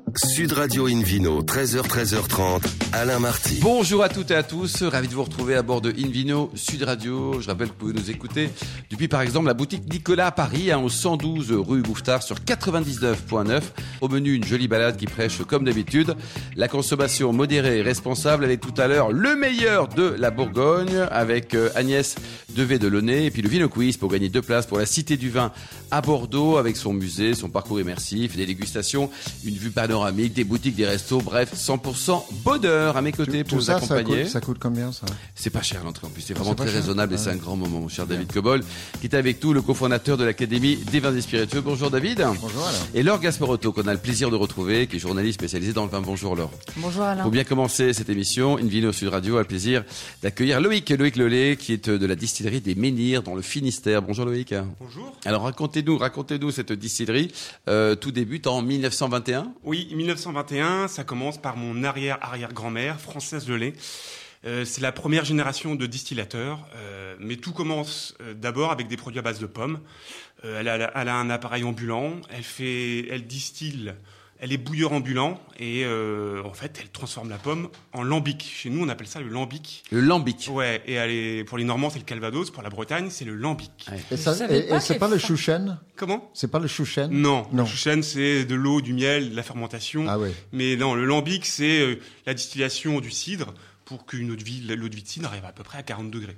Sud Radio Invino, 13h-13h30, Alain Marty. Bonjour à toutes et à tous, ravi de vous retrouver à bord de Invino Sud Radio. Je rappelle que vous pouvez nous écouter depuis par exemple la boutique Nicolas à Paris, au 112 rue Bouffetard sur 99.9. Au menu, une jolie balade qui prêche comme d'habitude la consommation modérée et responsable avec tout à l'heure le meilleur de la Bourgogne avec Agnès Devet-Delaunay et puis le Vino Quiz pour gagner 2 places pour la Cité du Vin à Bordeaux avec son musée, son parcours immersif, des dégustations, une vue panoramique, des boutiques, des restos, bref, 100% bonheur à mes côtés pour vous accompagner. Ça coûte combien ça ? C'est pas cher l'entrée en plus, c'est vraiment très cher. raisonnable et c'est un grand moment, mon cher David Cobol, qui est avec nous, le cofondateur de l'Académie des vins et spiritueux. Bonjour David. Bonjour Alain. Et Laure Gasparotto, qu'on a le plaisir de retrouver, qui est journaliste spécialisée dans le vin. Bonjour Laure. Bonjour Alain. Pour bien commencer cette émission, Invino Sud Radio a le plaisir d'accueillir Loïc Lelay, qui est de la distillerie des Menhirs dans le Finistère. Bonjour Loïc. Bonjour. Alors racontez-nous cette distillerie. Tout débute en 1921. Oui, 1921, ça commence par mon arrière-arrière-grand-mère, Française Lelay. C'est la première génération de distillateurs, mais tout commence d'abord avec des produits à base de pommes. Elle a un appareil ambulant, elle distille, elle est bouilleur ambulant et en fait elle transforme la pomme en lambic. Chez nous on appelle ça le lambic. Le lambic. Ouais, et pour les Normands c'est le Calvados, pour la Bretagne c'est le lambic. Ouais. Et c'est pas le chouchen ? Comment ? C'est pas le chouchen ? Non. Le chouchen c'est de l'eau, du miel, de la fermentation. Ah oui. Mais non, le lambic c'est la distillation du cidre pour qu'une eau de vie de cidre arrive à peu près à 40 degrés.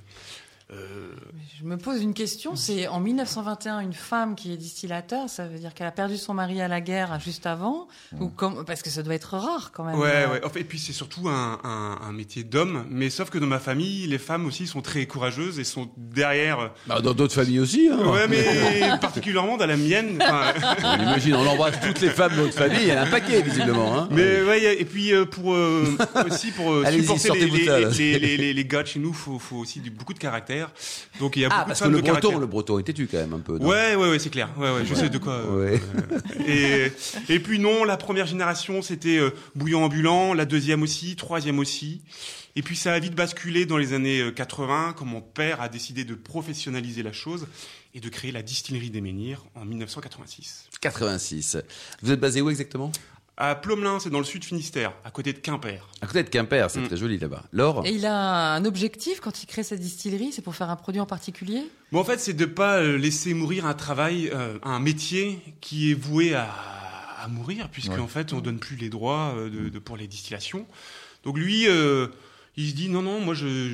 Je me pose une question, c'est en 1921 une femme qui est distillateur, ça veut dire qu'elle a perdu son mari à la guerre juste avant, parce que ça doit être rare quand même. Ouais. En fait, et puis c'est surtout un métier d'homme, mais sauf que dans ma famille, les femmes aussi sont très courageuses et sont derrière. Bah, dans d'autres familles aussi. Hein. Ouais, mais particulièrement dans la mienne. On imagine, on embrasse toutes les femmes de notre famille, il y en a un paquet visiblement. Hein. Mais ouais, et puis pour supporter les gars de chez nous, faut aussi beaucoup de caractère. Donc il y a beaucoup de femmes de caractère. Le breton est têtu quand même un peu. Non ouais, c'est clair. Ouais, je sais de quoi. Ouais. Et puis non, la première génération c'était bouillon ambulant, la deuxième aussi, troisième aussi. Et puis ça a vite basculé dans les années 80 quand mon père a décidé de professionnaliser la chose et de créer la distillerie des Menhirs en 1986. 86. Vous êtes basé où exactement ? À Plomelin, c'est dans le sud Finistère, à côté de Quimper. À côté de Quimper, c'est très joli là-bas. Laure ? Et il a un objectif quand il crée cette distillerie, c'est pour faire un produit en particulier ? Bon, en fait, c'est de pas laisser mourir un travail, un métier qui est voué à mourir, puisqu'en fait, on donne plus les droits pour les distillations. Donc lui, il se dit non, moi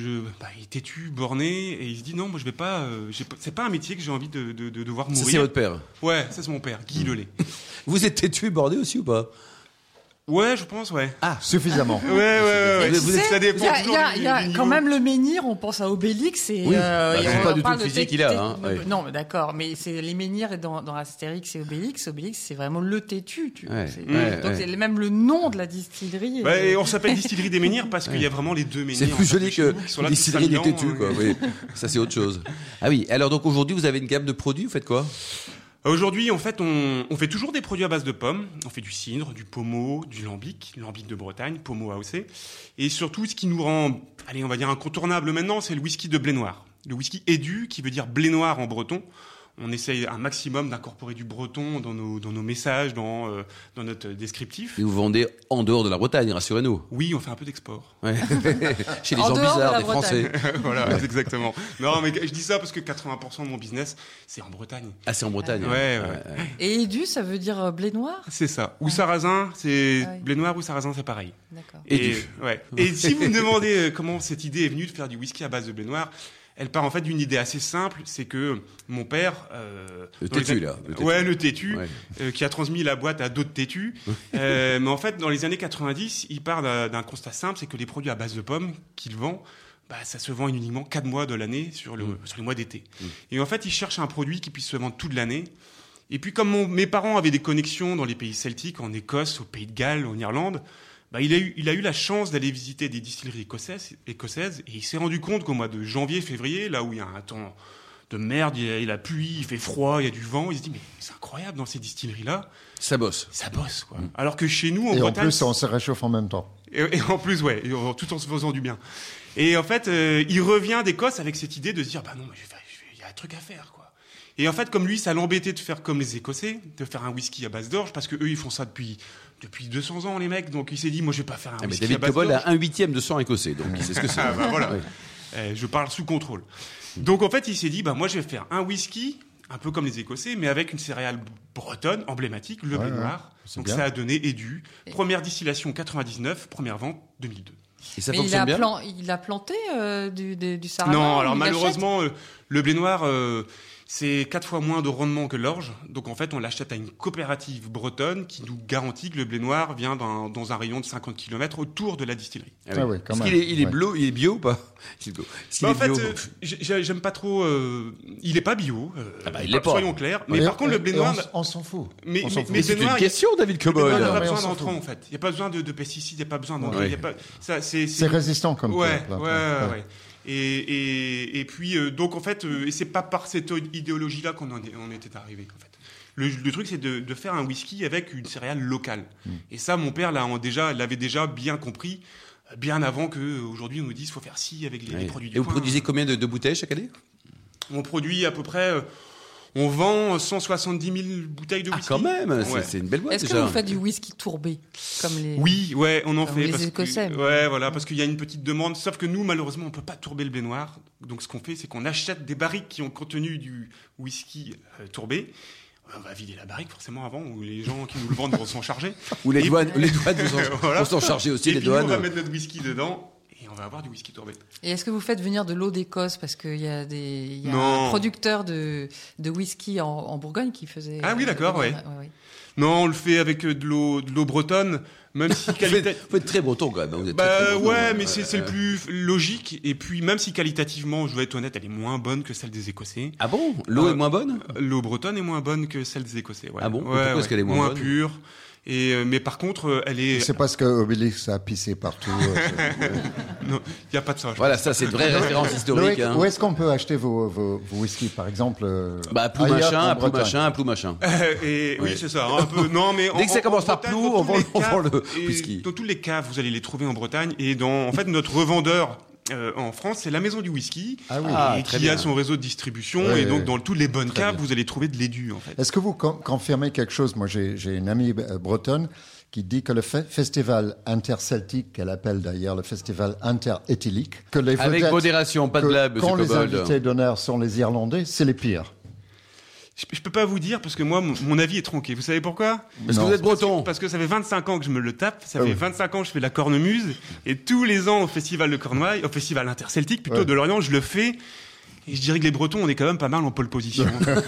il est têtu, borné, et il se dit non, moi je vais pas, c'est pas un métier que j'ai envie de devoir mourir. Ça c'est votre père ? Ouais, ça c'est mon père, Guy Lelay. Vous êtes têtu, borné aussi ou pas ? Ouais, je pense, ouais. Ah, suffisamment. Ouais. Ça dépend toujours. Il y a quand même le menhir, on pense à Obélix et oui, c'est pas du tout le physique qu'il a. Hein, ouais. Non, mais d'accord, mais c'est les menhirs dans Astérix et Obélix. Obélix, c'est vraiment le têtu. Donc c'est même le nom de la distillerie. Ouais, et on s'appelle distillerie des Menhirs parce qu'il y a vraiment les deux menhirs. C'est plus joli que distillerie des têtus, quoi. Oui, ça c'est autre chose. Ah oui. Alors donc aujourd'hui, vous avez une gamme de produits. Vous faites quoi ? Aujourd'hui, en fait, on fait toujours des produits à base de pommes. On fait du cidre, du pommeau, du lambic de Bretagne, pommeau AOC. Et surtout, ce qui nous rend, on va dire incontournable maintenant, c'est le whisky de blé noir. Le whisky édu, qui veut dire blé noir en breton. On essaye un maximum d'incorporer du breton dans nos messages, dans notre descriptif. Et vous vendez en dehors de la Bretagne, rassurez-nous. Oui, on fait un peu d'export. Ouais. Chez les gens bizarres, des Français. Voilà, exactement. Non, mais je dis ça parce que 80% de mon business, c'est en Bretagne. Ah, c'est en Bretagne. Ouais. Et édu, ça veut dire blé noir ? C'est ça. Ou sarrasin, c'est blé noir ou sarrasin, c'est pareil. D'accord. Et si vous me demandez comment cette idée est venue de faire du whisky à base de blé noir, elle part en fait d'une idée assez simple, c'est que mon père... le têtu. Ouais, le têtu, qui a transmis la boîte à d'autres têtus. Mais en fait, dans les années 90, il part d'un constat simple, c'est que les produits à base de pommes qu'il vend, ça se vend uniquement 4 mois de l'année sur les mois d'été. Et en fait, il cherche un produit qui puisse se vendre toute l'année. Et puis, comme mes parents avaient des connexions dans les pays celtiques, en Écosse, au Pays de Galles, en Irlande... il a eu la chance d'aller visiter des distilleries écossaises et il s'est rendu compte qu'au mois de janvier, février, là où il y a un temps de merde, il y a la pluie, il fait froid, il y a du vent, il se dit mais c'est incroyable dans ces distilleries-là. Ça bosse quoi. Alors que chez nous, en Bretagne... Et en plus, on se réchauffe en même temps. Et en plus, tout en se faisant du bien. Et en fait, il revient d'Écosse avec cette idée de se dire non, mais il y a un truc à faire, quoi. Et en fait, comme lui, ça l'embêtait de faire comme les Écossais, de faire un whisky à base d'orge, parce que eux, ils font ça depuis depuis 200 ans, les mecs. Donc il s'est dit, moi je vais pas faire un Mais whisky David à base Cobold d'orge. a 1/8 de sang écossais, donc il sait ce que c'est. Ah bah voilà. Oui. Je parle sous contrôle. Donc en fait, il s'est dit, moi je vais faire un whisky, un peu comme les Écossais, mais avec une céréale bretonne emblématique, le blé noir. c'est Donc bien. ça a donné Edu. Première distillation 99, première vente 2002. Et ça Mais fonctionne bien. il a planté du sarrasin. Non, alors il malheureusement, le blé noir, c'est 4 fois moins de rendement que l'orge. Donc en fait, on l'achète à une coopérative bretonne qui nous garantit que le blé noir vient dans un rayon de 50 km autour de la distillerie. Ah oui. Ah oui, quand Est-ce même. qu'il est Ouais. bleu, il est bio ou pas Hugo Est-ce qu'il En est fait, bio j'aime pas trop. Il est pas bio. il l'est pas. Soyons clairs. Mais Et par contre, le blé et noir. on s'en fout. Mais- On s'en mais- fout. mais C'est blé une noir, question, David Le blé noir, Cobold. il n'y a Non, pas mais on besoin s'en d'entrants fout. en fait. Il n'y a pas besoin de pesticides, il n'y a pas besoin d'engrais. Ouais. il y a pas- ça, C'est résistant comme Ouais, plante. ouais. Et puis, donc en fait, et c'est pas par cette idéologie-là qu'on on était arrivé. En fait. Le truc, c'est de faire un whisky avec une céréale locale. Et ça, mon père l'avait déjà bien compris, bien avant qu'aujourd'hui on nous dise qu'il faut faire ci avec les Ouais. produits du Et vous coin. produisez combien de bouteilles chaque année On produit à peu près. On vend 170 000 bouteilles de Ah, whisky. quand même, Ouais. c'est une belle boîte Est-ce que déjà. vous faites du whisky tourbé comme les Oui, ouais, on en Comme fait. les parce que- Écossais, mais- ouais, voilà, parce qu'il y a une petite demande. Sauf que nous, malheureusement, on peut pas tourber le blé noir. Donc, ce qu'on fait, c'est qu'on achète des barriques qui ont contenu du whisky tourbé. On va vider la barrique forcément avant, ou les gens qui nous le vendent vont s'en charger. Ou les Et- douanes vous en, Voilà. vont s'en charger aussi, Et les puis, nous, on va douanes. mettre notre whisky dedans et on va avoir du whisky tourbé. Et est-ce que vous faites venir de l'eau d'Écosse parce qu'il y a Non. un producteur de whisky en Bourgogne qui faisait. Ah oui, d'accord, venir- ouais. ouais. Non, on le fait avec de l'eau bretonne, même si Vous êtes très breton quand même. Vous êtes très, Bah très breton. ouais, mais c'est le plus logique. Et puis, même si qualitativement, je dois être honnête, elle est moins bonne que celle des Écossais. Ah bon L'eau est moins bonne L'eau bretonne est moins bonne que celle des Écossais. Ouais. Ah bon Ouais, Pourquoi ouais. est-ce qu'elle est moins bonne pure. Et mais par contre, elle est. C'est parce que Obélix a pissé partout. Non, il y a pas de ça. je Voilà, ça c'est une vraie référence historique. Loïc, Hein. où est-ce qu'on peut acheter vos whisky, par exemple Bah, Plou ailleurs machin, qu'en à Plou Bretagne machin, à Plou machin. Et Ouais. oui, c'est ça, un peu. Non, mais Dès que ça commence par Bretagne, Plou, dans on tous vend les on vend le caves, et whisky. Dans tous les caves, vous allez les trouver en Bretagne. Et en fait, notre revendeur en France, c'est la Maison du Whisky, Ah oui. Ah, et très qui bien. a son réseau de distribution. Ouais, Et donc, ouais. dans toutes les bonnes Très caves, bien. vous allez trouver de l'édu, en fait. Est-ce que vous confirmez quelque chose? Moi, j'ai une amie bretonne qui dit que le festival interceltique, qu'elle appelle d'ailleurs le festival interéthylique, que les Avec vedettes, modération, pas de que blague, quand monsieur les Cobold. invités d'honneur sont les Irlandais, c'est les pires. Je peux pas vous dire parce que moi, mon avis est tronqué. Vous savez pourquoi? Parce que Non. vous êtes breton. Parce que ça fait 25 ans que je me le tape, ça Ah fait oui. 25 ans que je fais la cornemuse, et tous les ans au festival de Cornouailles, au festival interceltique plutôt Ouais. de Lorient, je le fais. Et je dirais que les Bretons, on est quand même pas mal en pole position.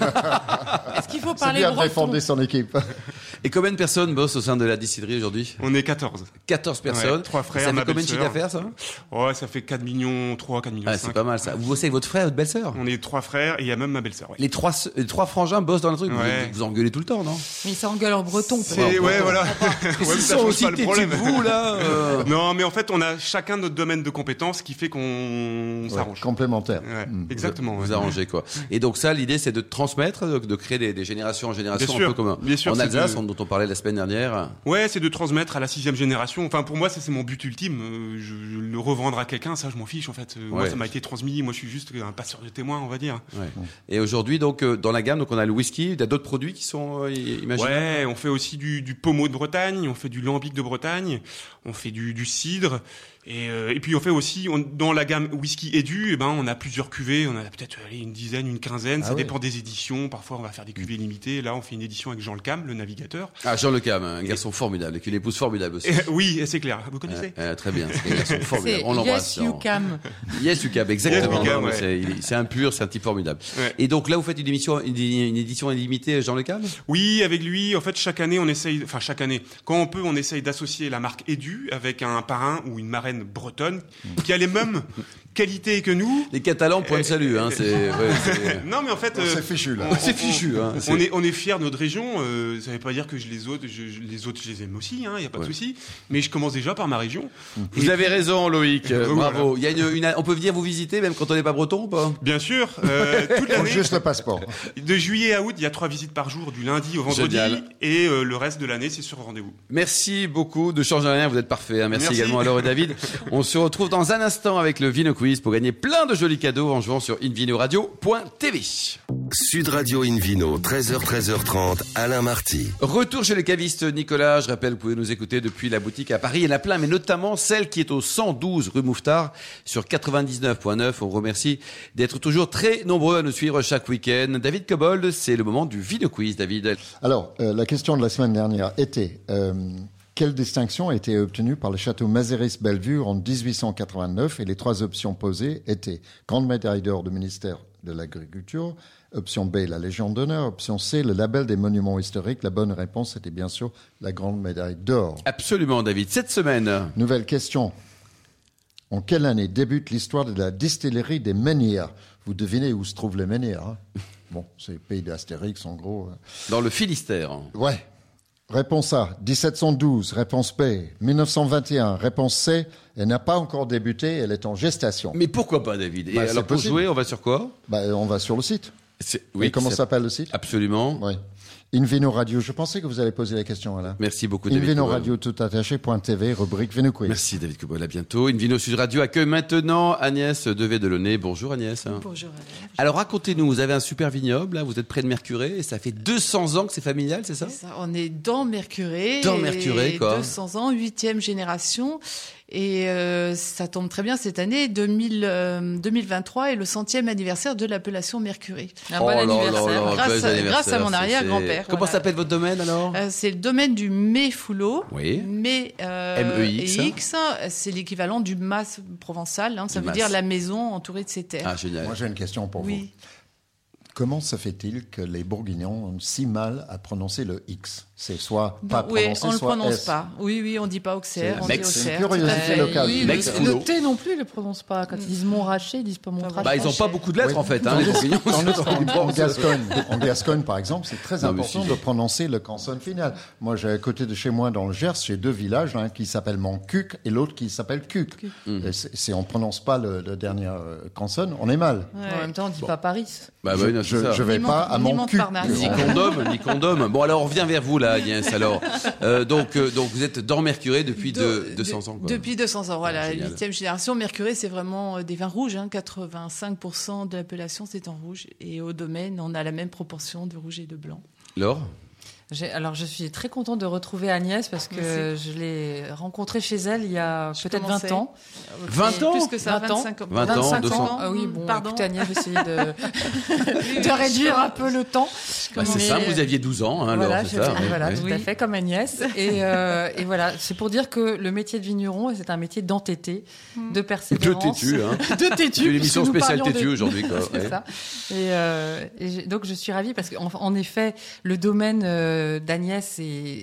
Est-ce qu'il faut C'est parler bien de breton défendre son équipe. Et combien de personnes bossent au sein de la distillerie aujourd'hui On est 14. 14 personnes. Ouais, 3 frères, Ça fait ma combien de chiffre belle-sœur. d'affaires, ça Ouais, ça fait 4 millions 3, 4 millions Ah, 5. c'est pas mal, ça. Vous bossez avec votre frère et votre belle-sœur On est 3 frères et il y a même ma belle-sœur. Ouais. les trois frangins bossent dans le truc. Ouais. Vous engueulez tout le temps, non Mais il s'engueule en breton. C'est, peut-être. ouais, voilà. Parce Ouais, qu'ils ça sont change aussi pas le têtus problème. que vous, là. Non, mais en fait, on a chacun notre domaine de compétences qui fait qu'on s'arrange. Complémentaire. Ouais, Mm. exactement. Vous ouais. arrangez, quoi. Et donc ça, l'idée, c'est de transmettre, de créer des générations en génération, Bien un sûr, peu comme bien sûr, en c'est Alsace, de- dont on parlait la semaine dernière. Ouais, c'est de transmettre à la 6e génération. Enfin, pour moi, ça, c'est mon but ultime. Je le revendre à quelqu'un, ça, je m'en fiche, en fait. Moi, Ouais. ça m'a été transmis. Moi, je suis juste un passeur de témoins, on va dire. Ouais. Et aujourd'hui, donc, dans la gamme, donc, on a le whisky, il y a d'autres produits qui sont imaginés. Ouais, on fait aussi du pommeau de Bretagne, on fait du lambic de Bretagne, on fait du cidre. Et puis on fait aussi, dans la gamme whisky Edu, on a plusieurs cuvées, on a peut-être une dizaine, une quinzaine, ça Ah oui. dépend des éditions. Parfois on va faire des cuvées limitées. Là on fait une édition avec Jean Le Cam, le navigateur. Ah, Jean Le Cam, un garçon formidable, avec une épouse formidable aussi. Oui, c'est clair. Vous connaissez? Très bien, c'est un garçon formidable. C'est On l'embrasse. Yes You Can. Yes, Ucam, exactement. Yes, Ucam, Non, mais ouais. c'est un pur, c'est un type formidable. Ouais. Et donc là, vous faites une édition illimitée, Jean Le Cam. Oui, avec lui, en fait, chaque année, chaque année, quand on peut, on essaye d'associer la marque Edu avec un parrain ou une marraine bretonne qui a les mêmes qualités que nous. Les Catalans, point de salut. Hein, c'est Non, mais en fait, C'est fichu, là. c'est fichu. Hein, On est fiers de notre région. Ça veut pas dire que les autres, je les aime aussi. Il y a pas de souci. Mais je commence déjà par ma région. Vous Et avez raison, Loïc. Voilà. Bravo. Il y a on peut venir vous visiter, même quand on n'est pas breton, ou pas? bien sûr, toute Faut l'année, juste le passeport. de juillet à août, il y a 3 visites par jour, du lundi au vendredi. Génial. Et le reste de l'année, c'est sur rendez-vous. Merci beaucoup de changer rien. Vous êtes parfait. Hein. Merci Merci. également à Laure et David. On se retrouve dans un instant avec le Vino Quiz pour gagner plein de jolis cadeaux en jouant sur invinoradio.tv. Sud Radio Invino, 13h-13h30, Alain Marty. Retour chez les cavistes Nicolas. Je rappelle, vous pouvez nous écouter depuis la boutique à Paris. Il y en a plein, mais notamment celle qui est au 112 rue Mouffetard sur 99.9. On vous remercie d'être toujours très nombreux à nous suivre chaque week-end. David Cobold, c'est le moment du Vino Quiz, David. Alors, la question de la semaine dernière était quelle distinction a été obtenue par le château Mazéris-Bellevue en 1889? Et les 3 options posées étaient grande médaille d'or du ministère de l'Agriculture, option B, la Légion d'honneur, option C, le label des monuments historiques. La bonne réponse était bien sûr la grande médaille d'or. Absolument, David. Cette semaine, Nouvelle question. En quelle année débute l'histoire de la distillerie des menhirs? Vous devinez où se trouvent les menhirs, hein? Bon, c'est le pays d'Astérix, en gros. dans le Finistère. Ouais. Réponse A, 1712. Réponse B, 1921. Réponse C, elle n'a pas encore débuté, elle est en gestation. Mais pourquoi pas, David? Et Bah, alors, c'est pour possible. jouer, on va sur quoi? On va sur le site. Oui, Et comment s'appelle le site? Absolument. Oui. Invino Radio. Je pensais que vous allez poser la question, Alain. Merci beaucoup, David Invino Cobold. Radio tout attaché.tv, rubrique Vino Quiz. Merci, David Cobold. À bientôt. Invino Sud Radio accueille maintenant Agnès Devet-Delaunay. Bonjour, Agnès. Bonjour. Alors, racontez-nous, vous avez un super vignoble, là, vous êtes près de Mercurey, et ça fait 200 ans que c'est familial, c'est ça? C'est ça, on est dans Mercurey. Dans Mercurey, et quoi. 200 ans, 8e génération. Et ça tombe très bien cette année, 2023 est le 100e anniversaire de l'appellation Mercurey. Un bon anniversaire. Grâce à mon arrière-grand-père. Comment Voilà. s'appelle votre domaine, alors? C'est le domaine du Méfoulot. Oui. M-E-I-X. M-E-I-X. C'est l'équivalent du mas provençal. Ça Du veut mas. dire la maison entourée de ses terres. Ah, génial. Moi, j'ai une question pour vous. Oui. Comment se fait-il que les Bourguignons ont si mal à prononcer le X? C'est soit pas Oui, prononcé, on le soit prononce S. pas. Oui, on dit pas Auxerre, C'est- on Mex. dit C'est Auxerre. une curiosité tout à fait. locale. Oui, Mex le Foulot. T non plus, ils le prononcent pas. Quand ils disent Montrachet, ils disent pas Montrachet. Bah, ils n'ont pas beaucoup de lettres, Oui. en fait, hein, les Bourguignons. En Gascogne, par exemple, c'est très Non, mais important si. de prononcer le consonne finale. Moi, j'ai à côté de chez moi, dans le Gers, j'ai 2 villages, un qui s'appelle Montcuq et l'autre qui s'appelle Cuc. Et si on prononce pas le dernier consonne, on est mal. En même temps, on dit pas Paris. Bah, oui, non, c'est ça. Je vais Ni pas à Mont- ni Montcuq. Montparnasse. Ni condom. Bon, alors, on revient vers vous, là, Agnès, alors. Donc, vous êtes dans Mercurey depuis 200 ans, quoi. Depuis 200 ans, voilà. Génial. 8e génération. Mercurey, c'est vraiment des vins rouges. 85% de l'appellation, c'est en rouge. Et au domaine, on a la même proportion de rouge et de blanc. Laure? Alors, je suis très contente de retrouver Agnès parce que je l'ai rencontrée chez elle il y a peut-être commençais. 20 ans. 20 ans? Plus que ça, 20 ans. 25 ans. 20 ans, 25 200. ans. Ah oui, bon, Pardon. écoutez, Agnès, j'essayais de réduire un peu le temps. Bah, c'est Mais- ça, vous aviez 12 ans, hein, Voilà, Laure, c'est ça? voilà, Oui. tout à fait, comme Agnès. Et voilà, c'est pour dire que le métier de vigneron, c'est un métier d'entêté, de De persévérance. têtu, hein. De têtu. C'est une émission puisque nous spéciale parlions têtu aujourd'hui, quoi. C'est Ouais. ça. Donc je suis ravie parce qu'en effet, le domaine d'Agnès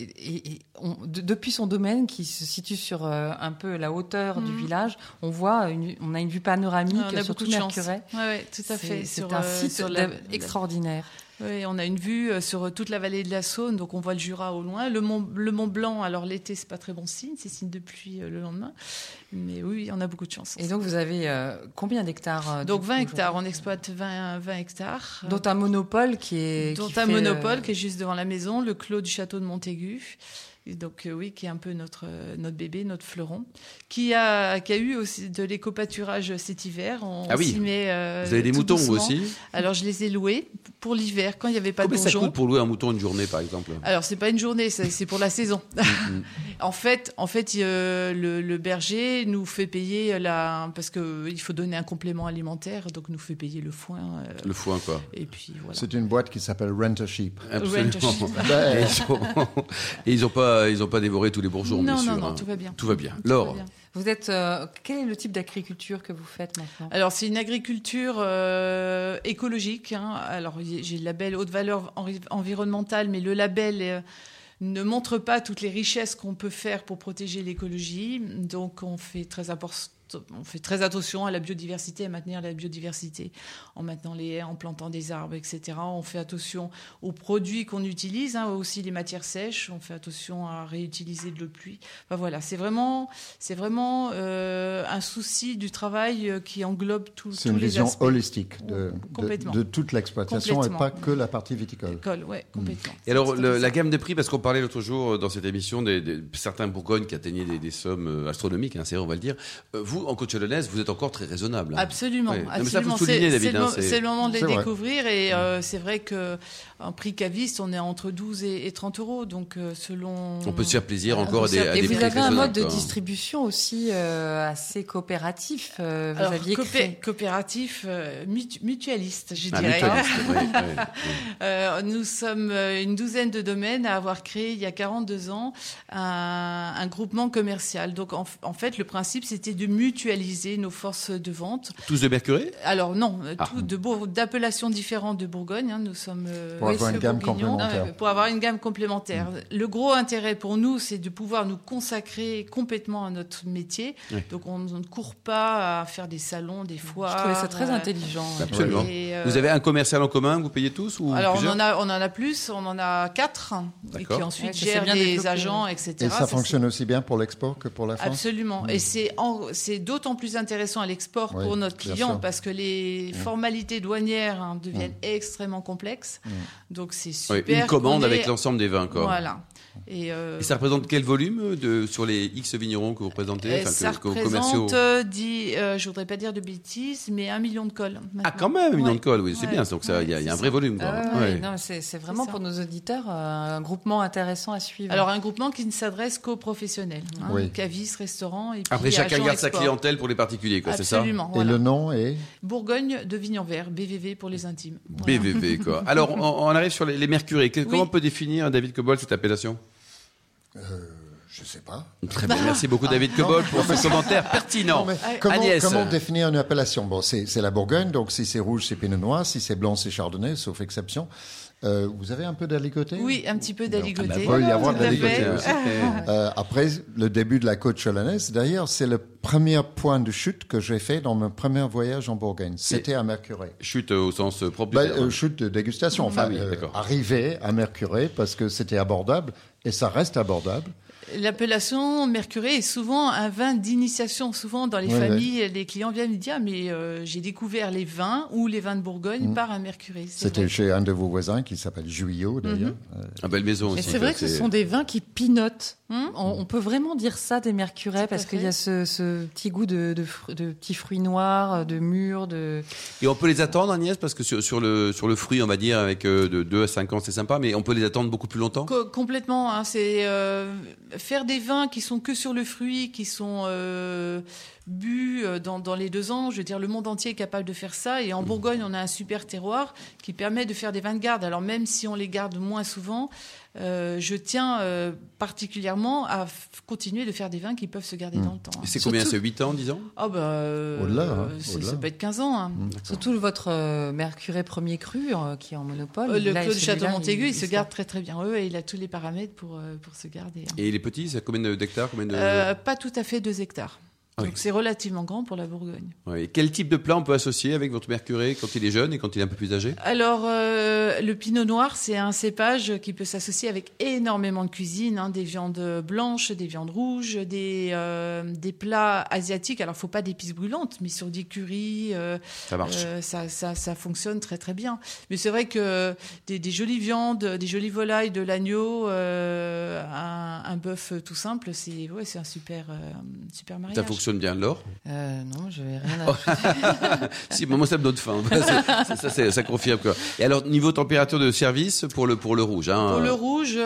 depuis son domaine qui se situe sur un peu la hauteur du village, on a une vue panoramique On a sur beaucoup tout de chance. Mercurey. Ouais, tout à fait. C'est Sur, un site sur la- extraordinaire. Oui, on a une vue sur toute la vallée de la Saône, donc on voit le Jura au loin. Le Mont Blanc, alors l'été, c'est pas très bon signe, c'est signe de pluie le lendemain. Mais oui, on a beaucoup de chance. Et donc vous avez combien d'hectares Donc du 20 coup, hectares, on exploite 20 hectares. dont un monopole qui est Dont qui un fait, monopole qui est juste devant la maison, le clos du château de Montaigu. Et donc oui, qui est un peu notre bébé, notre fleuron, qui a eu aussi de l'éco-pâturage cet hiver. On Ah oui. s'y met, Vous avez des tout moutons, vous doucement. aussi? Alors je les ai loués pour l'hiver quand il n'y avait pas Combien de ça bourgeons. coûte pour louer un mouton une journée, par exemple? Alors c'est pas une journée, c'est pour la saison. En fait, le berger nous fait payer parce que il faut donner un complément alimentaire, donc nous fait payer le foin. Le foin, quoi. Et puis voilà. C'est une boîte qui s'appelle Rent a Sheep. Absolument. Rent Et ils ont pas dévoré tous les bourgeons, bien Non, sûr. non, hein. tout va bien. Tout va bien. Tout va Laure? bien. Vous êtes quel est le type d'agriculture que vous faites maintenant? Alors c'est une agriculture écologique. Alors j'ai le label haute valeur environnementale, mais le label ne montre pas toutes les richesses qu'on peut faire pour protéger l'écologie. Donc on fait très attention à la biodiversité, à maintenir la biodiversité, en maintenant les haies, en plantant des arbres, etc. On fait attention aux produits qu'on utilise, aussi les matières sèches. On fait attention à réutiliser de l'eau de pluie. Enfin, voilà, c'est vraiment un souci du travail qui englobe tous les aspects. C'est une vision holistique Complètement. de toute l'exploitation et Complètement. pas que la partie viticole. Ouais, complètement. Et alors, C'est tout à fait la ça. gamme de prix, parce qu'on parlait l'autre jour dans cette émission, certains Bourgognes qui atteignaient des sommes astronomiques, c'est vrai, on va le dire. Vous, vous, en Côte-Chalonnaise, vous êtes encore très raisonnable. Absolument. Ouais. absolument. Mais ça, faut souligner, David. C'est le moment de les C'est vrai. découvrir et c'est vrai qu'en prix caviste, on est entre 12 et 30 euros. Donc, selon. On peut se faire plaisir encore à des Et prix vous avez un raisonnables, mode de quoi. distribution aussi assez coopératif. Vous Alors, aviez créé. coopératif, mutualiste, je Ah, dirais. mutualiste, oui, oui. Nous sommes une douzaine de domaines à avoir créé il y a 42 ans un groupement commercial. Donc en fait, le principe, c'était de mutualiser nos forces de vente. Tous de Mercurey? Alors non, Ah. d'appellations différentes de Bourgogne. Hein, nous sommes Pour avoir une gamme bourguignons, complémentaire. pour avoir une gamme complémentaire. Le gros intérêt pour nous, c'est de pouvoir nous consacrer complètement à notre métier. Oui. Donc on ne court pas à faire des salons, des foires. Je trouvais ça très intelligent. Absolument. Et, Vous avez un commercial en commun que vous payez tous ou alors plusieurs? on en a plus, on en a 4 et D'accord. qui ensuite Ouais, ça s'est gèrent bien des développé, agents, ouais. etc. Et ça fonctionne aussi bien pour l'export que pour la France? Absolument. Et c'est d'autant plus intéressant à l'export Oui, pour notre bien client sûr. parce que les formalités douanières deviennent extrêmement complexes. Donc c'est Ouais, super. une commande qu'on ait- avec l'ensemble des vins, quoi. Voilà. Et, Et ça représente quel volume sur les X vignerons que vous représentez, ça commerciaux? représente, je voudrais pas dire de bêtises, mais 1 million de cols. Ah, quand même, une Ouais. de colle, oui, c'est Ouais. bien. Donc ça, il y a Ouais, un c'est vrai ça. volume, quoi. Ah ouais, Ouais. non, c'est vraiment C'est ça. pour nos auditeurs un groupement intéressant à suivre. Alors un groupement qui ne s'adresse qu'aux professionnels, hein, Oui. cavistes, restaurants et puis Après, chacun agents garde sa export. clientèle pour les particuliers, quoi, c'est ça? Absolument. Et Voilà. le nom est? Bourgogne de Vignon-Vert, BVV pour les intimes. Voilà. BVV, quoi. Alors, on arrive sur les Mercurey. Comment on peut définir, David Cobol, cette appellation? Je sais pas. Très bien. Merci beaucoup, David Cobol, pour ce commentaire pertinent. Non, mais Agnès. comment définir une appellation? Bon, c'est la Bourgogne, donc si c'est rouge, c'est Pinot Noir, si c'est blanc, c'est Chardonnay, sauf exception. Vous avez un peu d'aligoté? Oui, un petit peu d'aligoté. Il peut y avoir de Tout à l'aligoté fait. aussi. Après, le début de la côte chalonnaise, d'ailleurs, c'est le premier point de chute que j'ai fait dans mon premier voyage en Bourgogne. C'était à Mercurey. Chute au sens propre du Bah, terme. chute de dégustation. Enfin, oui, d'accord. arriver à Mercurey parce que c'était abordable et ça reste abordable. L'appellation Mercurey est souvent un vin d'initiation. Souvent, dans les Ouais, familles, les clients viennent me dire mais j'ai découvert les vins ou les vins de Bourgogne par un Mercurey. C'est C'était vrai. chez un de vos voisins qui s'appelle Juillot, d'ailleurs. Une belle maison aussi. Et c'est vrai que ce sont des vins qui pinotent. Hum On peut vraiment dire ça des Mercurey Tout à parce qu'il fait. y a ce petit goût de petits fruits noirs, de mûrs, Et on peut les attendre, Agnès, parce que sur le fruit, on va dire, avec de 2 à 5 ans, c'est sympa, mais on peut les attendre beaucoup plus longtemps? Complètement. Hein, c'est faire des vins qui sont que sur le fruit, qui sont bu dans les 2 ans. Je veux dire, le monde entier est capable de faire ça. Et en Bourgogne, on a un super terroir qui permet de faire des vins de garde. Alors même si on les garde moins souvent, je tiens particulièrement à continuer de faire des vins qui peuvent se garder dans le temps. Et c'est combien? C'est 8 ans, 10 ans? Ah bah, Au-delà, hein, ça au-delà. peut être 15 ans. Hein. surtout votre Mercurey premier cru qui est en monopole. Le Là, Clos de celui-là, Château-Montaigu, il se sort. garde très très bien. Et il a tous les paramètres pour se garder. Hein. Et les petits, c'est combien d'hectares? Combien de... Pas tout à fait 2 hectares. Ah oui. Donc c'est relativement grand pour la Bourgogne. Ouais. Et quel type de plat on peut associer avec votre Mercurey quand il est jeune et quand il est un peu plus âgé? Alors, le pinot noir, c'est un cépage qui peut s'associer avec énormément de cuisine, hein, des viandes blanches, des viandes rouges, des plats asiatiques. Alors, faut pas d'épices brûlantes, mais sur des currys, Ça marche. ça fonctionne très très bien. Mais c'est vrai que des jolies viandes, des jolies volailles, de l'agneau, un bœuf tout simple, c'est un super mariage. Ça fonctionne bien, Laure? Non, je vais rien ajouter. Si, moi ça me donne faim. Ça confirme quoi. Et alors niveau température de service pour le rouge, hein, Pour le rouge,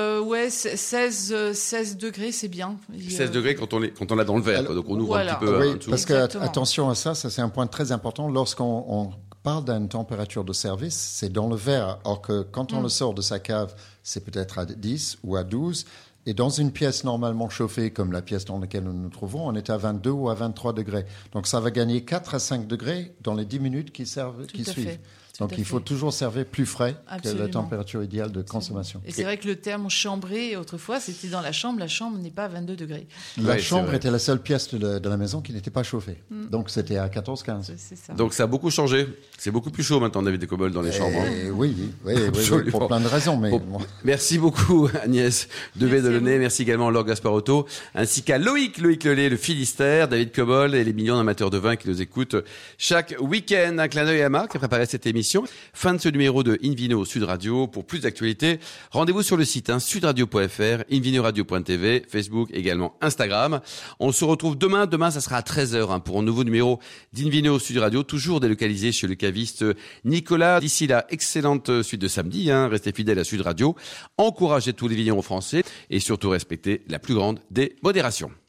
16 degrés, c'est bien. 16 degrés quand on l'a dans le verre. Alors, quoi. Donc on ouvre voilà. un petit peu Oui, en dessous. parce que Exactement. attention à ça, c'est un point très important. Lorsqu'on parle d'une température de service, c'est dans le verre. Or que quand on le sort de sa cave, c'est peut-être à 10 ou à 12. Et dans une pièce normalement chauffée, comme la pièce dans laquelle nous nous trouvons, on est à 22 ou à 23 degrés. Donc ça va gagner 4 à 5 degrés dans les 10 minutes qui à suivent. fait. Donc à il faut fait. toujours servir plus frais que Absolument. la température idéale de consommation. Et c'est vrai que le terme chambré, autrefois, c'était dans la chambre. La chambre n'est pas à 22 degrés. La Ouais, c'est chambre vrai. était la seule pièce de la maison qui n'était pas chauffée. Donc c'était à 14-15. C'est ça. Donc ça a beaucoup changé. C'est beaucoup plus chaud maintenant, David de Cobol, dans les chambres. hein. Oui, Absolument. pour plein de raisons. Mais Bon, merci beaucoup Agnès Devé-Delaunay, merci également Laure Gasparotto, ainsi qu'à Loïc Lelay, le Finistère, David Cobol et les millions d'amateurs de vin qui nous écoutent chaque week-end. Un clin d'œil à Marc qui a préparé cette émission. l'émission. Fin de ce numéro de Invino Sud Radio. Pour plus d'actualités, rendez-vous sur le site sudradio.fr, invinoradio.tv, Facebook, également Instagram. On se retrouve demain. Demain, ça sera à 13h pour un nouveau numéro d'Invino Sud Radio, toujours délocalisé chez le caviste Nicolas. D'ici là, excellente suite de samedi. Restez fidèles à Sud Radio. Encouragez tous les vignerons français et surtout respectez la plus grande des modérations.